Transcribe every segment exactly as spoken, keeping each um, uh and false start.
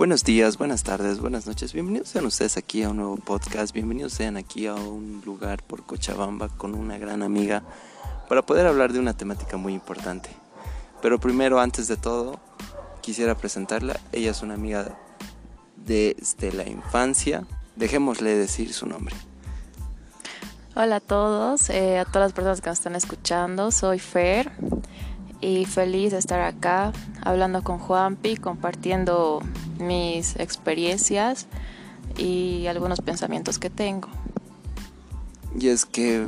Buenos días, buenas tardes, buenas noches. Bienvenidos sean ustedes aquí a un nuevo podcast. Bienvenidos sean aquí a un lugar por Cochabamba con una gran amiga para poder hablar de una temática muy importante. Pero primero, antes de todo, quisiera presentarla. Ella es una amiga desde la infancia. Dejémosle decir su nombre. Hola a todos, eh, a todas las personas que nos están escuchando. Soy Fer y feliz de estar acá hablando con Juanpi, compartiendo mis experiencias y algunos pensamientos que tengo. Y es que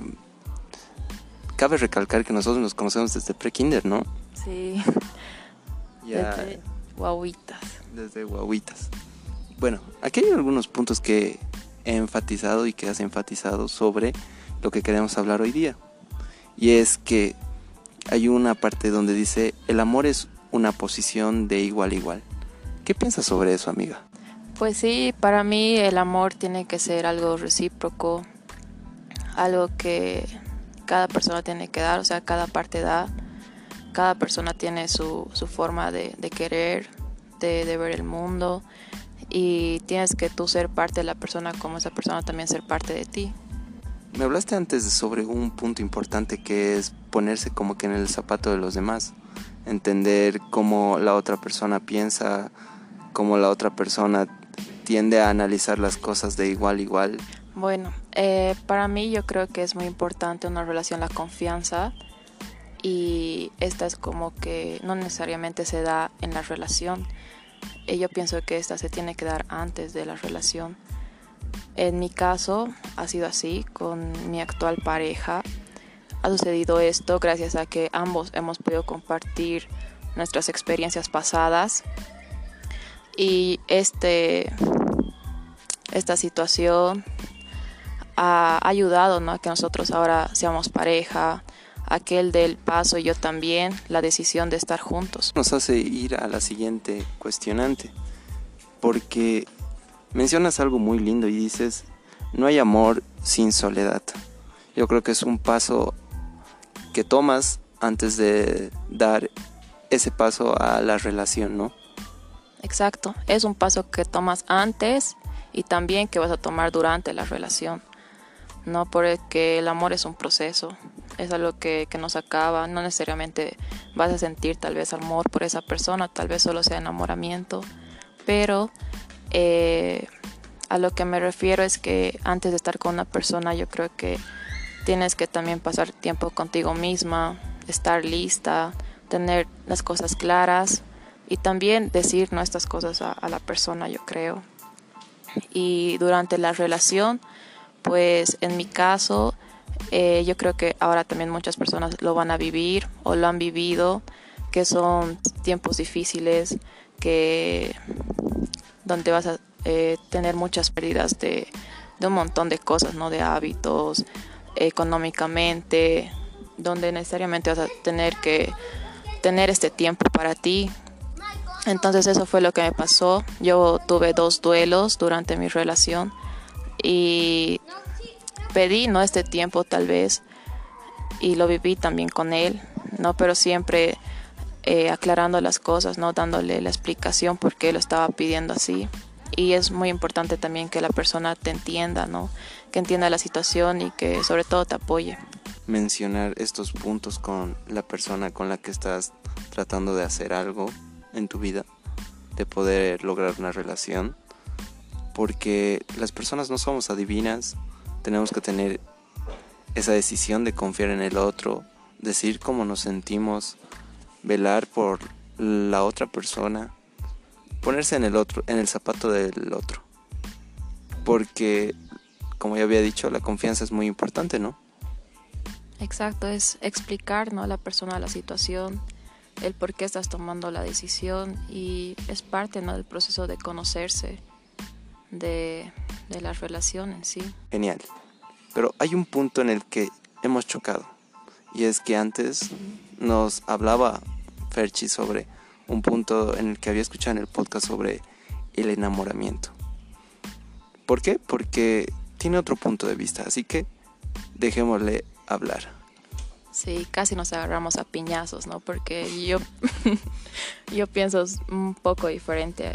cabe recalcar que nosotros nos conocemos desde pre-kinder, ¿no? Sí, Ya, desde guaguitas. desde guaguitas. Bueno, aquí hay algunos puntos que he enfatizado y que has enfatizado sobre lo que queremos hablar hoy día. Y es que hay una parte donde dice, el amor es una posición de igual a igual. ¿Qué piensas sobre eso, amiga? Pues sí, para mí el amor tiene que ser algo recíproco, algo que cada persona tiene que dar, o sea, cada parte da, cada persona tiene su, su forma de, de querer, de, de ver el mundo, y tienes que tú ser parte de la persona como esa persona también ser parte de ti. Me hablaste antes sobre un punto importante que es ponerse como que en el zapato de los demás, entender cómo la otra persona piensa, cómo la otra persona tiende a analizar las cosas de igual a igual. Bueno, eh, para mí yo creo que es muy importante una relación, la confianza, y esta es como que no necesariamente se da en la relación. Eh, yo pienso que esta se tiene que dar antes de la relación. En mi caso ha sido así, con mi actual pareja. Ha sucedido esto gracias a que ambos hemos podido compartir nuestras experiencias pasadas. Y este, esta situación ha ayudado, ¿no?, a que nosotros ahora seamos pareja, a que él dé el paso y yo también, la decisión de estar juntos. Nos hace ir a la siguiente cuestionante, porque mencionas algo muy lindo y dices, no hay amor sin soledad. Yo creo que es un paso que tomas antes de dar ese paso a la relación, ¿no? Exacto, es un paso que tomas antes y también que vas a tomar durante la relación, ¿no? Porque el amor es un proceso, es algo que, que no se acaba, no necesariamente vas a sentir tal vez amor por esa persona, tal vez solo sea enamoramiento, pero eh, a lo que me refiero es que antes de estar con una persona yo creo que tienes que también pasar tiempo contigo misma, estar lista, tener las cosas claras y también decir, ¿no?, estas cosas a, a la persona, yo creo. Y durante la relación, pues en mi caso, eh, yo creo que ahora también muchas personas lo van a vivir o lo han vivido, que son tiempos difíciles, que donde vas a eh, tener muchas pérdidas de, de un montón de cosas, ¿no?, de hábitos, económicamente, donde necesariamente vas a tener que tener este tiempo para ti. Entonces eso fue lo que me pasó. Yo tuve dos duelos durante mi relación y pedí, ¿no?, este tiempo tal vez, y lo viví también con él, ¿no? Pero siempre eh, aclarando las cosas, ¿no?, dándole la explicación por qué lo estaba pidiendo así. Y es muy importante también que la persona te entienda, ¿no?, que entienda la situación y que sobre todo te apoye. Mencionar estos puntos con la persona con la que estás tratando de hacer algo en tu vida, de poder lograr una relación, porque las personas no somos adivinas, tenemos que tener esa decisión de confiar en el otro, decir cómo nos sentimos, velar por la otra persona, ponerse en el otro, en el zapato del otro, porque como ya había dicho, la confianza es muy importante, ¿no? Exacto, es explicar, ¿no?, a la persona la situación, el por qué estás tomando la decisión, y es parte, ¿no?, del proceso de conocerse, de, de la relación en sí. Genial. Pero hay un punto en el que hemos chocado, y es que antes nos hablaba Ferchi sobre un punto en el que había escuchado en el podcast sobre el enamoramiento. ¿Por qué? Porque tiene otro punto de vista, así que dejémosle hablar. Sí, casi nos agarramos a piñazos, ¿no? Porque yo, yo pienso un poco diferente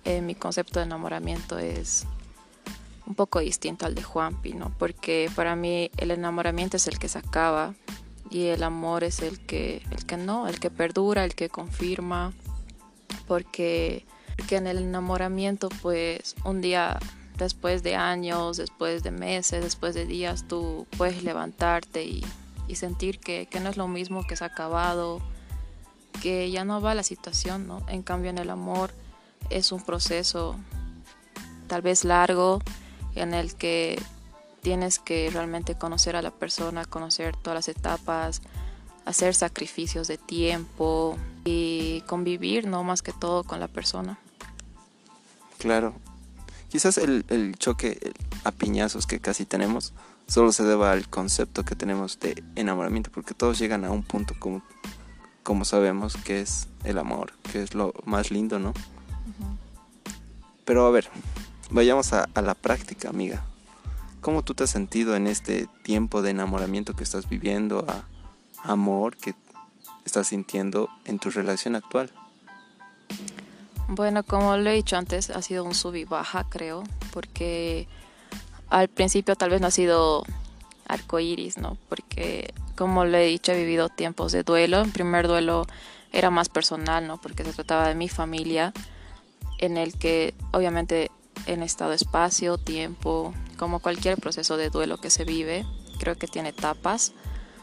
eh, mi concepto de enamoramiento es un poco distinto al de Juanpi, ¿no? Porque para mí el enamoramiento es el que se acaba y el amor es el que, el que no, el que perdura, el que confirma, porque, porque en el enamoramiento pues un día, después de años, después de meses, después de días, tú puedes levantarte y, y sentir que, que no es lo mismo, que se ha acabado, que ya no va la situación, ¿no? En cambio en el amor es un proceso tal vez largo, en el que tienes que realmente conocer a la persona, conocer todas las etapas, hacer sacrificios de tiempo y convivir, ¿no? Más que todo con la persona. Claro. Quizás el, el choque a piñazos que casi tenemos solo se deba al concepto que tenemos de enamoramiento, porque todos llegan a un punto como, como sabemos que es el amor, que es lo más lindo, ¿no? Uh-huh. Pero a ver, vayamos a, a la práctica, amiga. ¿Cómo tú te has sentido en este tiempo de enamoramiento que estás viviendo, a, a amor que estás sintiendo en tu relación actual? Bueno, como lo he dicho antes, ha sido un sub y baja, creo, porque al principio tal vez no ha sido arcoíris, ¿no? Porque, como lo he dicho, he vivido tiempos de duelo. El primer duelo era más personal, ¿no? Porque se trataba de mi familia, en el que obviamente en estado espacio, tiempo, como cualquier proceso de duelo que se vive, creo que tiene etapas.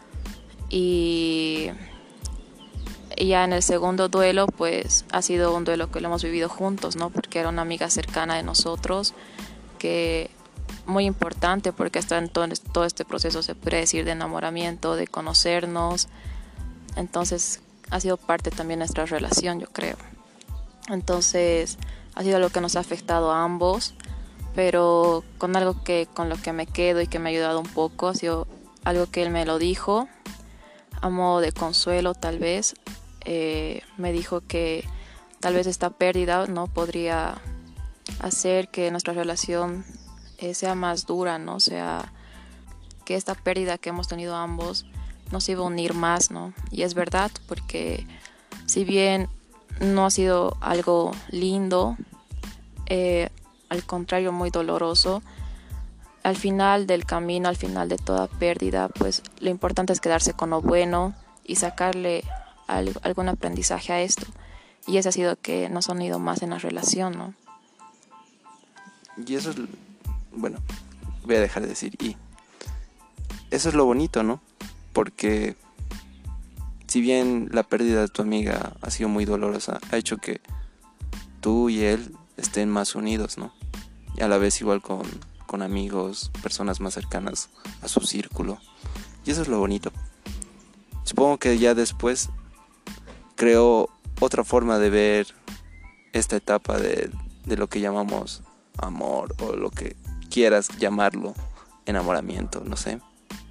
Y ya en el segundo duelo, pues ha sido un duelo que lo hemos vivido juntos, ¿no? Porque era una amiga cercana de nosotros, que muy importante, porque está en todo, todo este proceso, se puede decir, de enamoramiento, de conocernos. Entonces ha sido parte también de nuestra relación, yo creo. Entonces ha sido lo que nos ha afectado a ambos, pero con algo que con lo que me quedo y que me ha ayudado un poco, ha sido algo que él me lo dijo a modo de consuelo, tal vez. Eh, me dijo que tal vez esta pérdida no podría hacer que nuestra relación eh, sea más dura, no sea que esta pérdida que hemos tenido ambos nos iba a unir más, ¿no? Y es verdad, porque si bien no ha sido algo lindo, eh, al contrario, muy doloroso, al final del camino, al final de toda pérdida, pues lo importante es quedarse con lo bueno y sacarle algo, algún aprendizaje a esto. Y eso ha sido que nos ha unido más en la relación, ¿no? Y eso es, bueno, voy a dejar de decir y. Eso es lo bonito, ¿no? Porque si bien la pérdida de tu amiga ha sido muy dolorosa, ha hecho que tú y él estén más unidos, ¿no? Y a la vez igual con, con amigos, personas más cercanas a su círculo. Y eso es lo bonito. Supongo que ya después creó otra forma de ver esta etapa de, de lo que llamamos amor, o lo que quieras llamarlo, enamoramiento, no sé.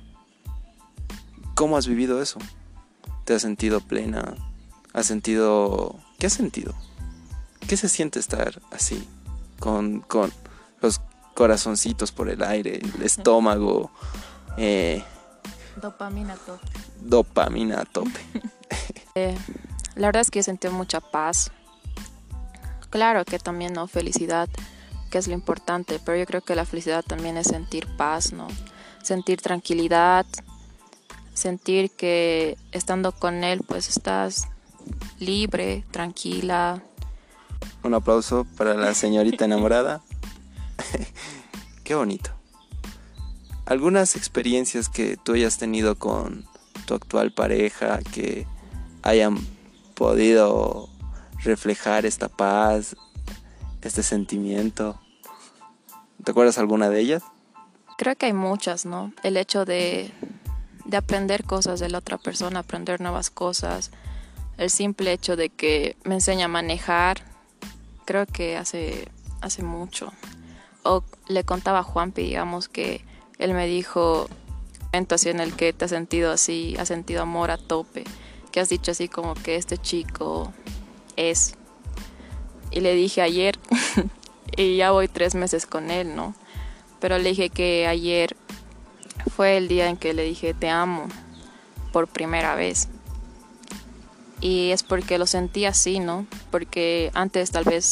¿Cómo has vivido eso? ¿Te has sentido plena? ¿Has sentido... ¿Qué has sentido? ¿Qué se siente estar así? Con, con los corazoncitos por el aire, el estómago. Eh, dopamina a tope. Dopamina a tope. eh, la verdad es que he sentido mucha paz. Claro que también, ¿no? Felicidad, que es lo importante, pero yo creo que la felicidad también es sentir paz, ¿no? Sentir tranquilidad, sentir que estando con él pues estás libre, tranquila. Un aplauso para la señorita enamorada. Qué bonito. ¿Algunas experiencias que tú hayas tenido con tu actual pareja que hayan podido reflejar esta paz, este sentimiento? ¿Te acuerdas alguna de ellas? Creo que hay muchas, ¿no? El hecho de, de aprender cosas de la otra persona, aprender nuevas cosas. El simple hecho de que me enseña a manejar, creo que hace, hace mucho. O le contaba a Juanpi, digamos, que él me dijo, momento así en el que te has sentido así, has sentido amor a tope, que has dicho así como que este chico es. Y le dije ayer, y ya voy tres meses con él, ¿no? Pero le dije que ayer fue el día en que le dije te amo por primera vez. Y es porque lo sentí así, ¿no? Porque antes tal vez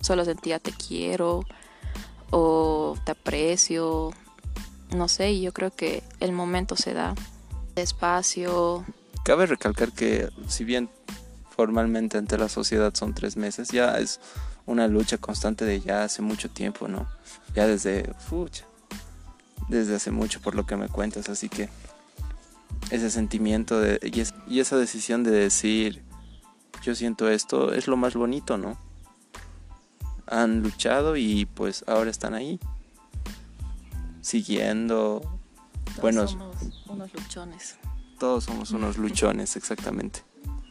solo sentía te quiero o te aprecio, no sé, y yo creo que el momento se da despacio. Cabe recalcar que si bien formalmente ante la sociedad son tres meses, ya es una lucha constante de ya hace mucho tiempo, ¿no? Ya desde, fucha, desde hace mucho por lo que me cuentas, así que ese sentimiento de, y, es, y esa decisión de decir yo siento esto es lo más bonito, ¿no? Han luchado y pues ahora están ahí siguiendo. Todos Bueno, somos unos luchones. Todos somos unos luchones, exactamente.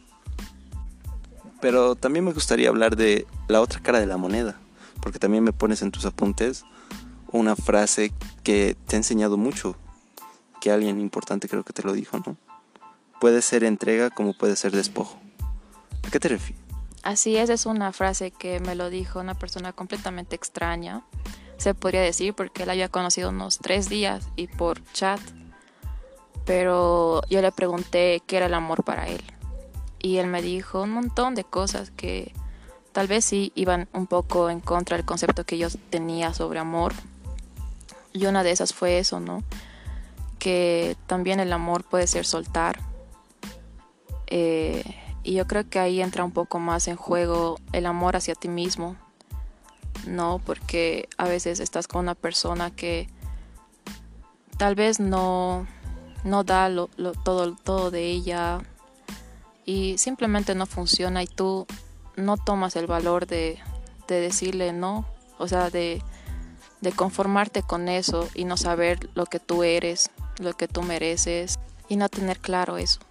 Pero también me gustaría hablar de la otra cara de la moneda, porque también me pones en tus apuntes una frase que te ha enseñado mucho, que alguien importante creo que te lo dijo, ¿no? Puede ser entrega como puede ser despojo. ¿A qué te refieres? Así es, es una frase que me lo dijo una persona completamente extraña, se podría decir, porque él había conocido unos tres días y por chat, pero yo le pregunté qué era el amor para él y él me dijo un montón de cosas que tal vez sí iban un poco en contra del concepto que yo tenía sobre amor, y una de esas fue eso, ¿no? Que también el amor puede ser soltar, eh, y yo creo que ahí entra un poco más en juego el amor hacia ti mismo, ¿no? Porque a veces estás con una persona que tal vez no, no da lo, lo, todo, todo de ella y simplemente no funciona y tú no tomas el valor de, de decirle no, o sea, de, de conformarte con eso y no saber lo que tú eres, lo que tú mereces y no tener claro eso.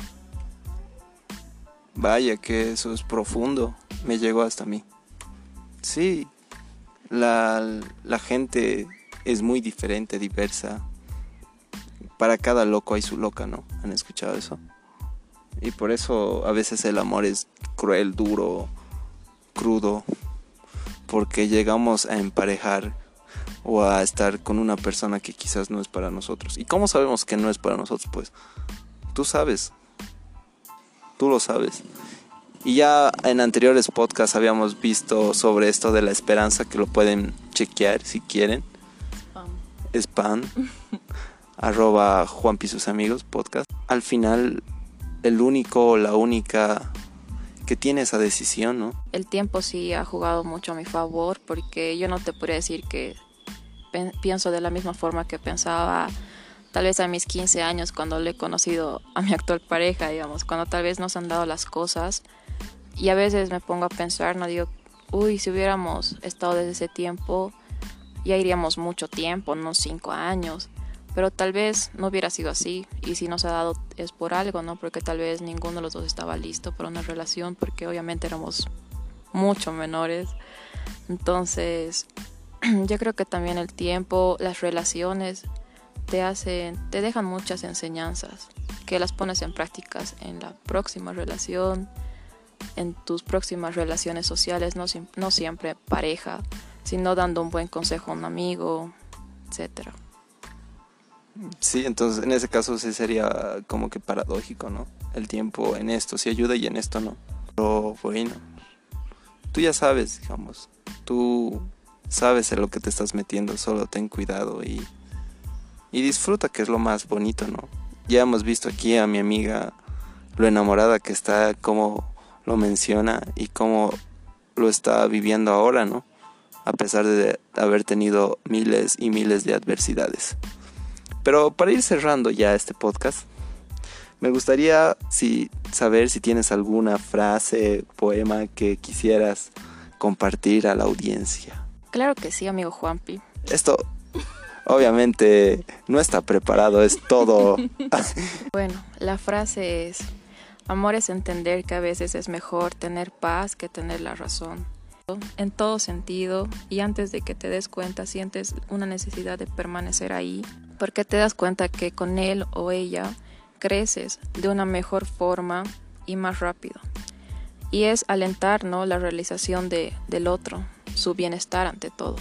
Vaya que eso es profundo, me llegó hasta mí. Sí, la, la gente es muy diferente, diversa. Para cada loco hay su loca, ¿no? ¿Han escuchado eso? Y por eso a veces el amor es cruel, duro, crudo, porque llegamos a emparejar o a estar con una persona que quizás no es para nosotros. ¿Y cómo sabemos que no es para nosotros? Pues tú sabes, tú lo sabes. Y ya en anteriores podcasts habíamos visto sobre esto de la esperanza, que lo pueden chequear si quieren. Spam. Spam. arroba Juanpi sus amigos podcast. Al final, el único o la única que tiene esa decisión, ¿no? El tiempo sí ha jugado mucho a mi favor, porque yo no te podría decir que pen- pienso de la misma forma que pensaba tal vez a mis quince años cuando le he conocido a mi actual pareja, digamos, cuando tal vez nos han dado las cosas. Y a veces me pongo a pensar, no digo, uy, si hubiéramos estado desde ese tiempo, ya iríamos mucho tiempo, no cinco años. Pero tal vez no hubiera sido así, y si nos ha dado es por algo, ¿no? Porque tal vez ninguno de los dos estaba listo para una relación, porque obviamente éramos mucho menores. Entonces, yo creo que también el tiempo, las relaciones te hacen, te dejan muchas enseñanzas que las pones en prácticas en la próxima relación, en tus próximas relaciones sociales, no, no siempre pareja, sino dando un buen consejo a un amigo, etcétera. Sí, entonces en ese caso sí sería como que paradójico, ¿no? El tiempo en esto sí ayuda y en esto no. Pero bueno, tú ya sabes, digamos, tú sabes en lo que te estás metiendo, solo ten cuidado y, y disfruta, que es lo más bonito, ¿no? Ya hemos visto aquí a mi amiga lo enamorada que está, como lo menciona y cómo lo está viviendo ahora, ¿no? A pesar de haber tenido miles y miles de adversidades. Pero para ir cerrando ya este podcast, me gustaría si, saber si tienes alguna frase, poema que quisieras compartir a la audiencia. Claro que sí, amigo Juanpi. Esto obviamente no está preparado, es todo. Bueno, la frase es: amor es entender que a veces es mejor tener paz que tener la razón. En todo sentido, y antes de que te des cuenta sientes una necesidad de permanecer ahí, porque te das cuenta que con él o ella creces de una mejor forma y más rápido. Y es alentar, ¿no?, la realización de, del otro, su bienestar ante todo.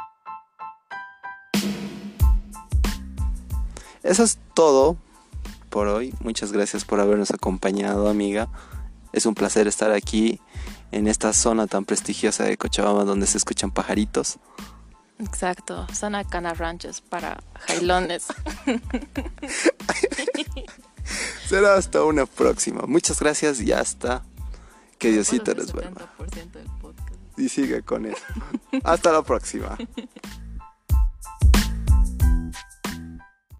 Eso es todo por hoy. Muchas gracias por habernos acompañado, amiga. Es un placer estar aquí en esta zona tan prestigiosa de Cochabamba donde se escuchan pajaritos. Exacto, zona Cana Ranches para jailones. Será hasta una próxima. Muchas gracias y hasta que Diosito les vuelva. setenta por ciento del podcast. Y sigue con eso. Hasta la próxima.